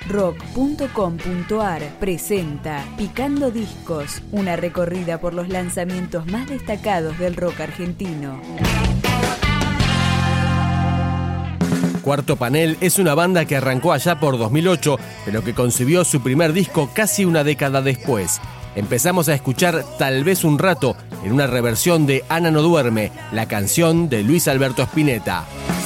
rock.com.ar presenta Picando Discos, una recorrida por los lanzamientos más destacados del rock argentino. Cuarto Panel es una banda que arrancó allá por 2008, pero que concibió su primer disco casi una década después. Empezamos a escuchar Tal vez un rato en una reversión de Ana no duerme, la canción de Luis Alberto Spinetta.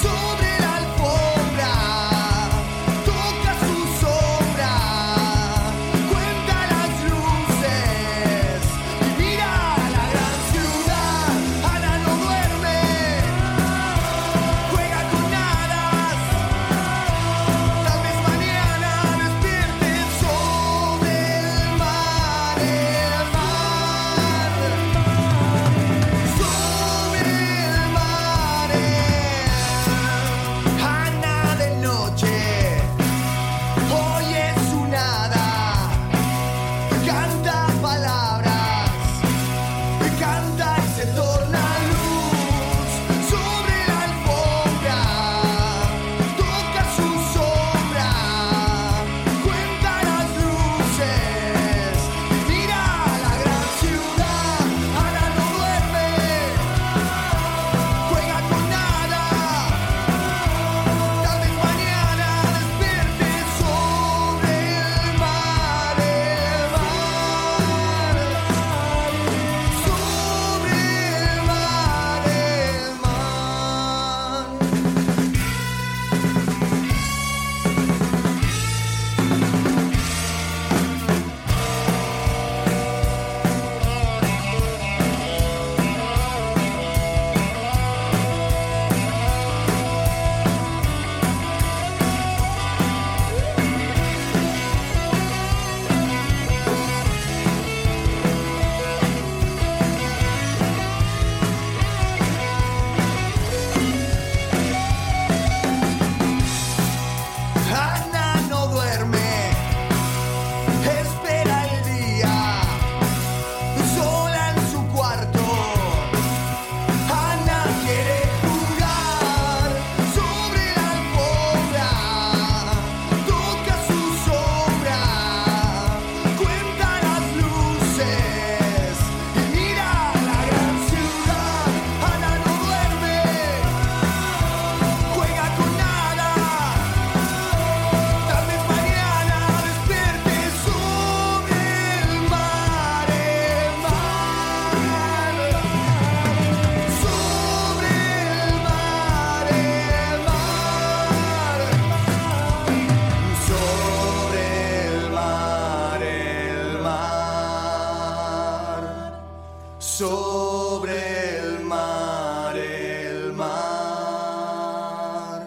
Sobre el mar, el mar.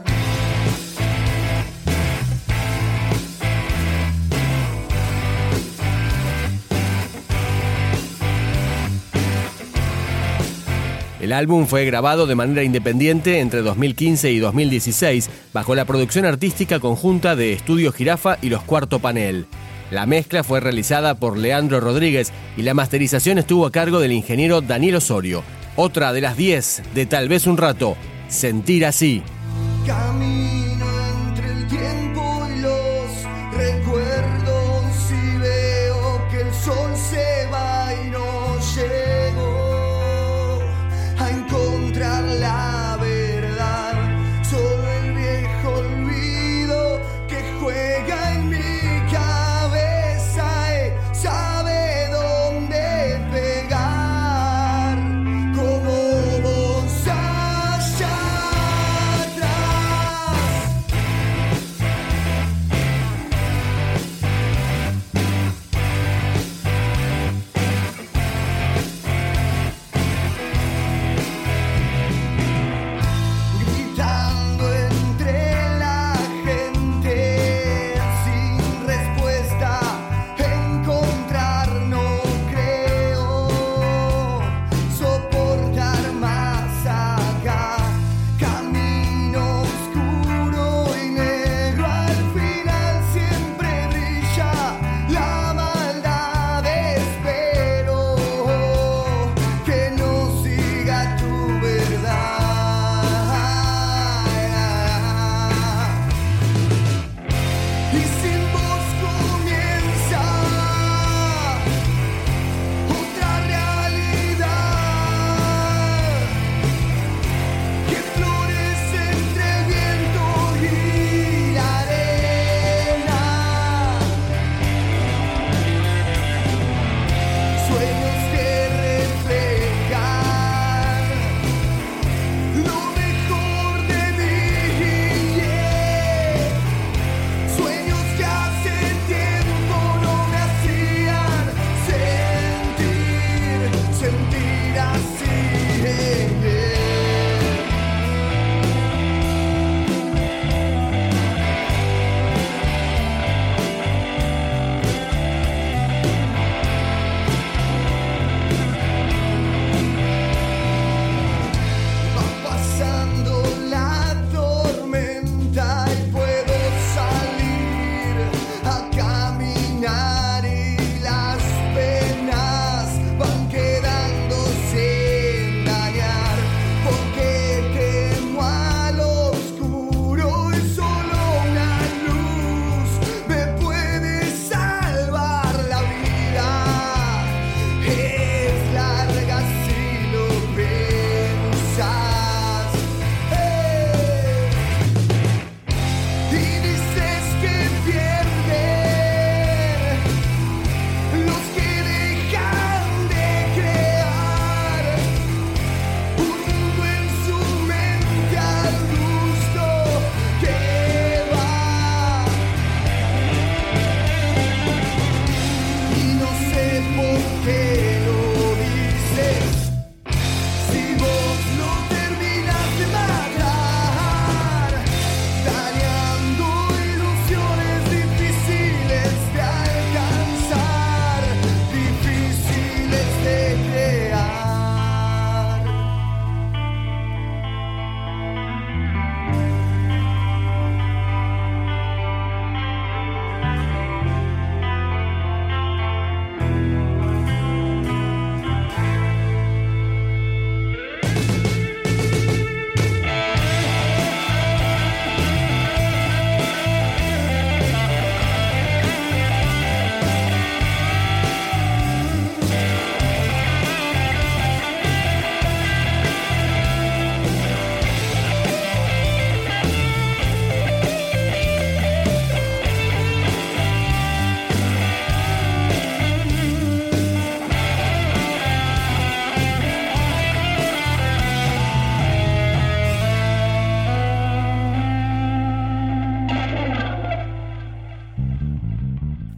El álbum fue grabado de manera independiente entre 2015 y 2016 bajo la producción artística conjunta de Estudio Jirafa y los Cuarto Panel. La mezcla fue realizada por Leandro Rodríguez y la masterización estuvo a cargo del ingeniero Daniel Osorio. Otra de las 10 de Tal vez un rato, Sentir así. Camino entre el tiempo y los recuerdos y veo que el sol se va y no llego a encontrar la verdad. Solo el viejo olvido que juega en mi sabe dónde pegar, como vos allá atrás.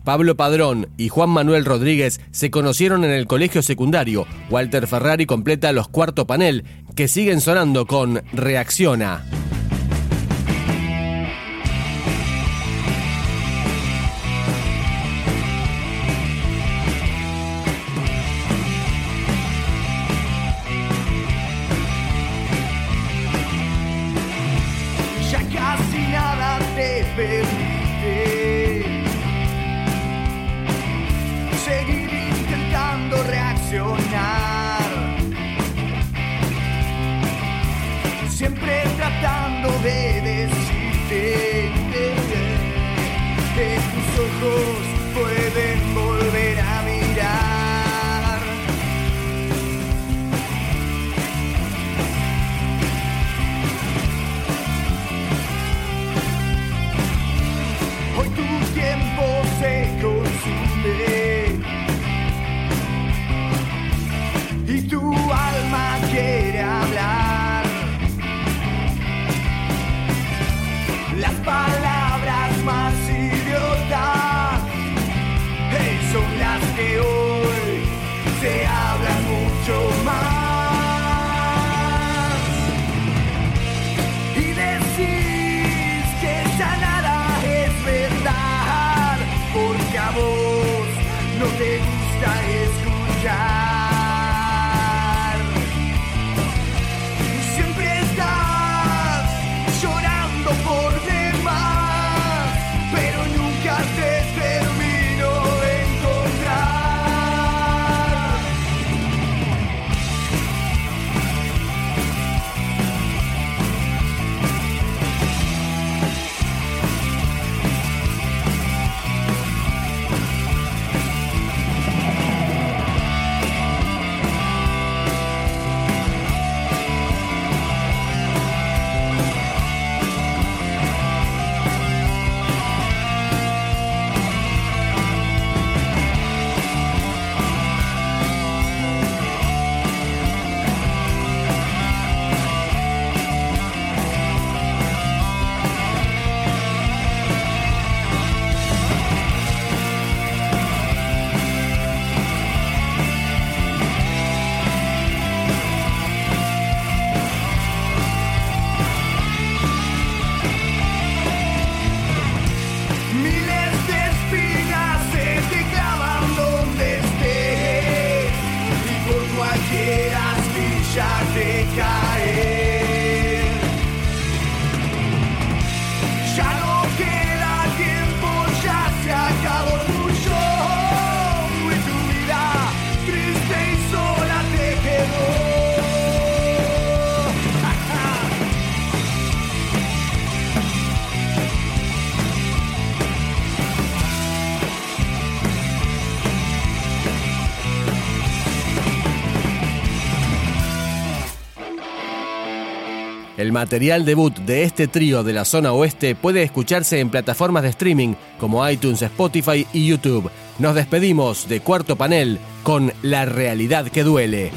Pablo Padrón y Juan Manuel Rodríguez se conocieron en el colegio secundario. Walter Ferrari completa los Cuarto Panel, que siguen sonando con Reacciona. Ya casi nada te permite seguir intentando reaccionar, siempre tratando de decirte que tus ojos pueden volver a mirar. Hoy tu tiempo se consume y tu alma quiere hablar. Las palabras más idiotas son las que hoy se hablan mucho más. Y decís que ya nada es verdad, porque a vos no te gusta escuchar. Siempre estás llorando por demás, pero nunca te termino de encontrar. De caer, ya no queda tiempo, ya se acabó tu show y tu vida triste y sola te quedó. El material debut de este trío de la zona oeste puede escucharse en plataformas de streaming como iTunes, Spotify y YouTube. Nos despedimos de Cuarto Panel con La realidad que duele.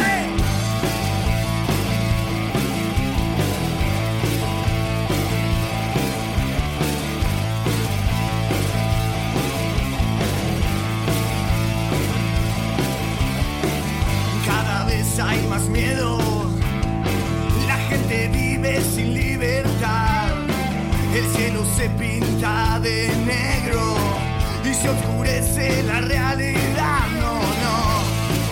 Cada vez hay más miedo. La gente vive sin libertad, el cielo se pinta de negro y se oscurece la realidad. No, no.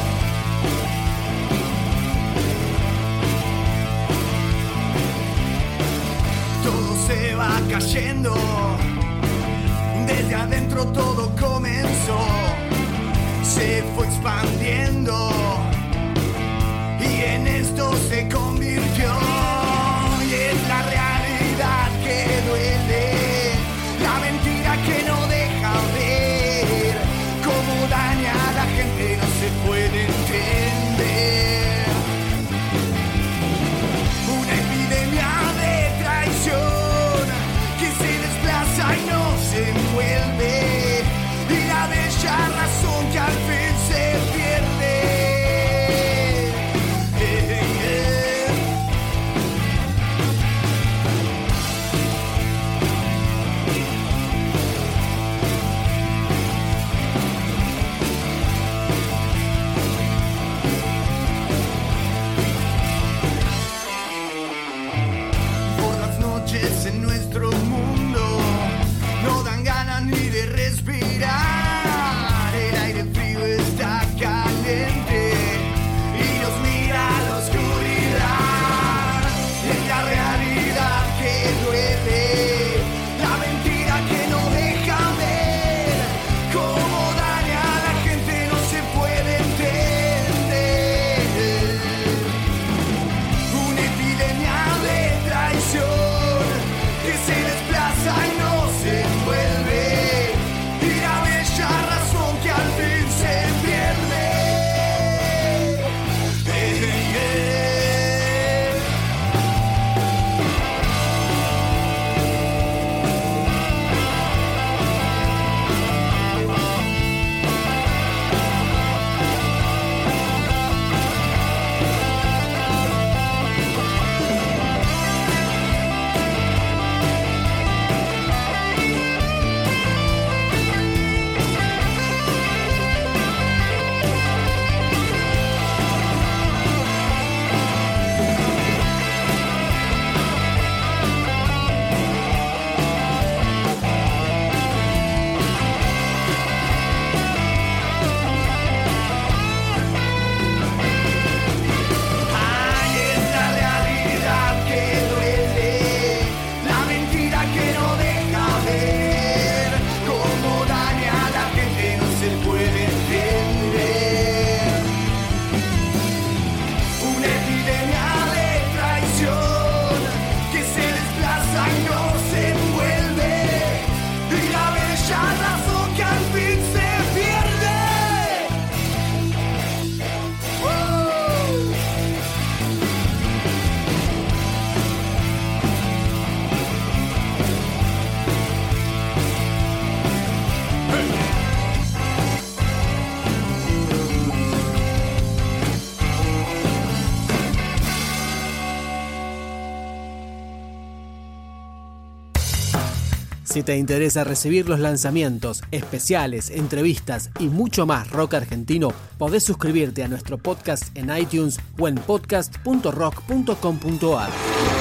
Todo se va cayendo, desde adentro todo comenzó, se fue expandiendo y en esto se convirtió, y es la realidad que duele, la mentira que no deja ver cómo daña a la gente, no se puede entender. Una epidemia de traición que se desplaza y no se envuelve, y la bella razón que al fin se pierde. Si te interesa recibir los lanzamientos, especiales, entrevistas y mucho más rock argentino, podés suscribirte a nuestro podcast en iTunes o en podcast.rock.com.ar.